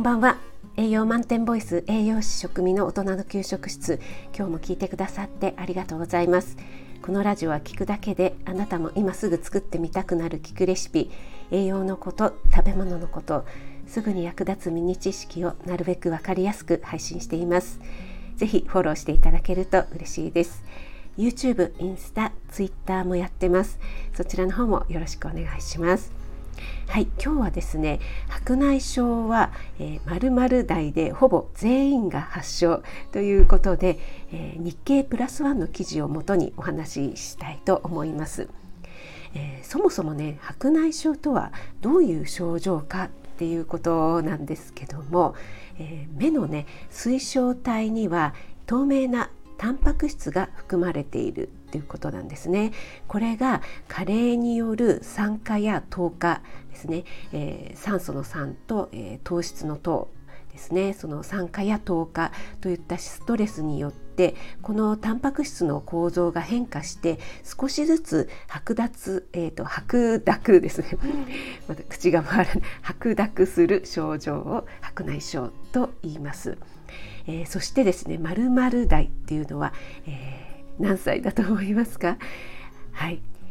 んばんは。栄養満点ボイス栄養士食味の大人の給食室、今日も聞いてくださってありがとうございます。このラジオは聞くだけであなたも今すぐ作ってみたくなる聞くレシピ、栄養のこと、食べ物のこと、すぐに役立つミニ知識をなるべくわかりやすく配信しています。ぜひフォローしていただけると嬉しいです。 YouTube、インスタ、Twitter もやってます。そちらの方もよろしくお願いします。はい、今日はですね、白内障は、〇〇代でほぼ全員が発症ということで、日経プラスワンの記事をもとにお話ししたいと思います。そもそもね、白内障とはどういう症状かっていうことなんですけども、目のね、水晶体には透明なタンパク質が含まれているということなんですね。これが加齢による酸化や糖化ですね、酸素の酸と、糖質の糖ですね、その酸化や糖化といったストレスによってこのタンパク質の構造が変化して少しずつ白濁ですねまた口が回らない、白濁する症状を白内障と言います。そしてですね、〇〇代っていうのは、何歳だと思いますか？はい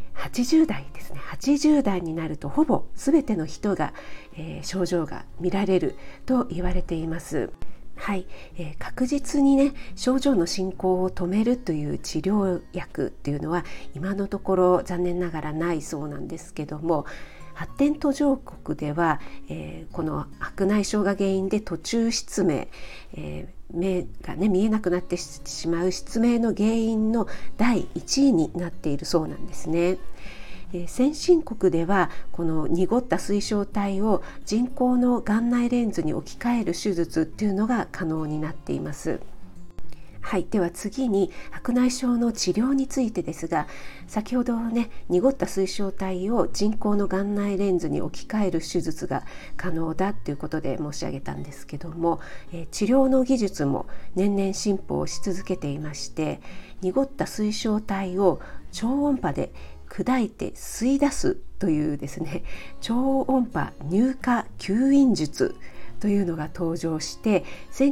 、80代ですね。80代になるとほぼ全ての人が、症状が見られると言われています。はい、確実にね、症状の進行を止めるという治療薬っていうのは今のところ残念ながらないそうなんですけども、発展途上国では、この白内障が原因で途中失明、目がね見えなくなってしまう失明の原因の第1位になっているそうなんですね。先進国ではこの濁った水晶体を人工の眼内レンズに置き換える手術っていうのが可能になっています。はい、では次に白内障の治療についてですが、先ほどね、濁った水晶体を人工の眼内レンズに置き換える手術が可能だということで申し上げたんですけども、治療の技術も年々進歩し続けていまして、濁った水晶体を超音波で砕いて吸い出すというですね、超音波乳化吸引術というのが登場して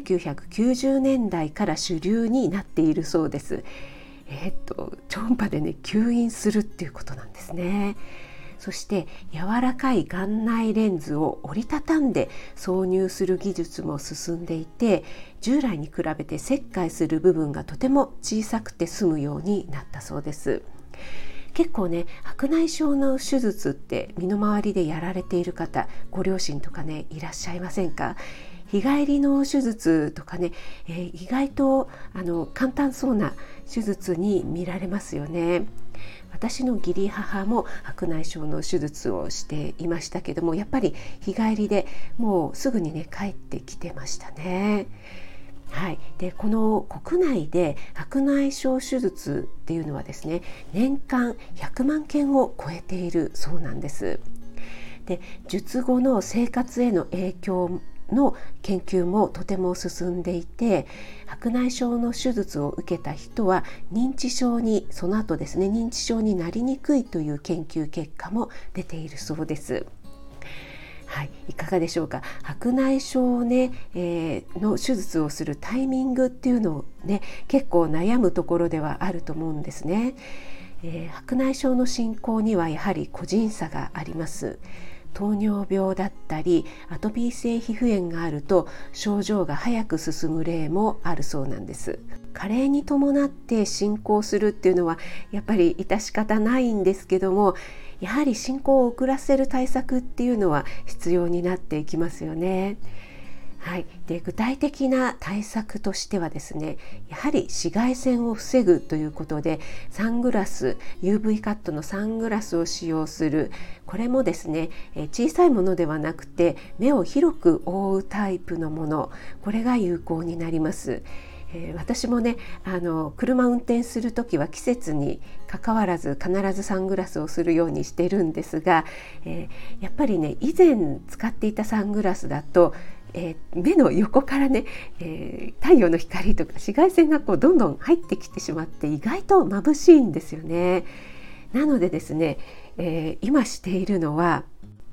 1990年代から主流になっているそうです。超音波でね吸引するっていうことなんですね。そして柔らかい眼内レンズを折りたたんで挿入する技術も進んでいて、従来に比べて切開する部分がとても小さくて済むようになったそうです。結構ね、白内障の手術って身の回りでやられている方、ご両親とかねいらっしゃいませんか？日帰りの手術とかね、意外と簡単そうな手術に見られますよね。私の義理母も白内障の手術をしていましたけども、やっぱり日帰りでもうすぐにね帰ってきてましたね。はい、でこの国内で白内障手術っていうのはですね、年間100万件を超えているそうなんです。で、術後の生活への影響の研究もとても進んでいて、白内障の手術を受けた人はその後ですね、認知症になりにくいという研究結果も出ているそうです。はい、いかがでしょうか。白内障、ねの手術をするタイミングっていうのをね、結構悩むところではあると思うんですね。白内障の進行にはやはり個人差があります。糖尿病だったりアトピー性皮膚炎があると症状が早く進む例もあるそうなんです。加齢に伴って進行するっていうのはやっぱり致し方ないんですけども、やはり進行を遅らせる対策っていうのは必要になっていきますよね。はい、で具体的な対策としてはですね、やはり紫外線を防ぐということでサングラス、 UV カットのサングラスを使用する。これもですね、小さいものではなくて目を広く覆うタイプのもの、これが有効になります。私もね、車運転するときは季節に関わらず必ずサングラスをするようにしてるんですが、やっぱりね、以前使っていたサングラスだと目の横からね、太陽の光とか紫外線がこうどんどん入ってきてしまって意外と眩しいんですよね。なのでですね、今しているのは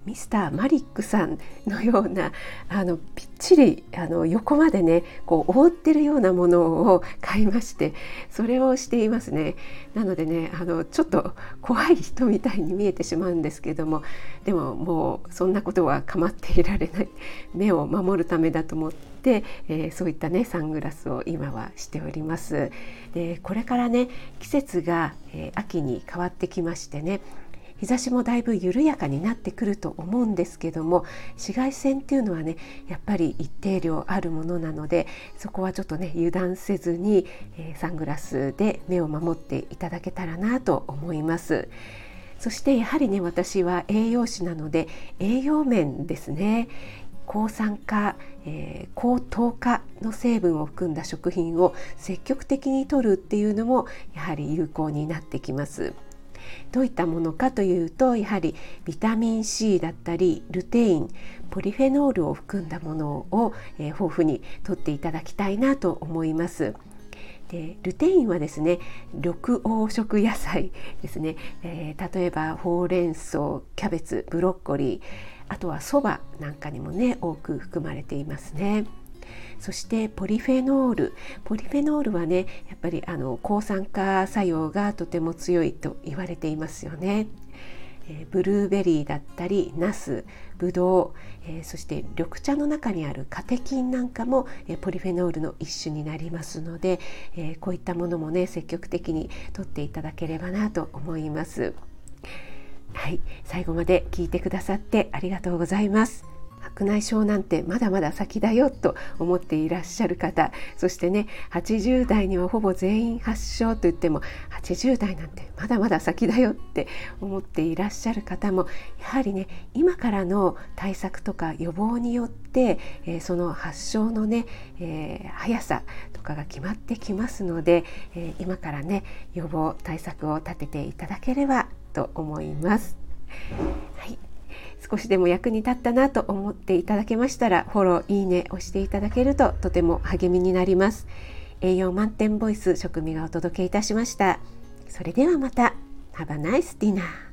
ミスターマリックさんのようなぴっちり横までねこう覆ってるようなものを買いまして、それをしていますね。なのでねちょっと怖い人みたいに見えてしまうんですけども、でももうそんなことは構っていられない、目を守るためだと思って、そういったねサングラスを今はしております。でこれからね季節が、秋に変わってきましてね、日差しもだいぶ緩やかになってくると思うんですけども、紫外線っていうのはねやっぱり一定量あるものなので、そこはちょっとね油断せずに、サングラスで目を守っていただけたらなと思います。そしてやはりね私は栄養士なので栄養面ですね、抗酸化、抗糖化の成分を含んだ食品を積極的に摂るっていうのもやはり有効になってきます。どういったものかというと、やはりビタミン C だったりルテイン、ポリフェノールを含んだものを、豊富に摂っていただきたいなと思います。でルテインはですね、緑黄色野菜ですね、例えばほうれん草、キャベツ、ブロッコリー、あとはそばなんかにもね多く含まれていますね。そしてポリフェノールはねやっぱり抗酸化作用がとても強いと言われていますよね。ブルーベリーだったりナス、ブドウ、そして緑茶の中にあるカテキンなんかも、ポリフェノールの一種になりますので、こういったものもね積極的に摂っていただければなと思います。はい、最後まで聞いてくださってありがとうございます。白内障なんてまだまだ先だよと思っていらっしゃる方、そしてね80代にはほぼ全員発症と言っても80代なんてまだまだ先だよって思っていらっしゃる方も、やはりね今からの対策とか予防によって、その発症のね、速さとかが決まってきますので、今からね予防対策を立てていただければと思います。はい、少しでも役に立ったなと思っていただけましたら、フォロー、いいね押していただけるととても励みになります。栄養満点ボイス食味がお届けいたしました。それではまた。Have a nice dinner.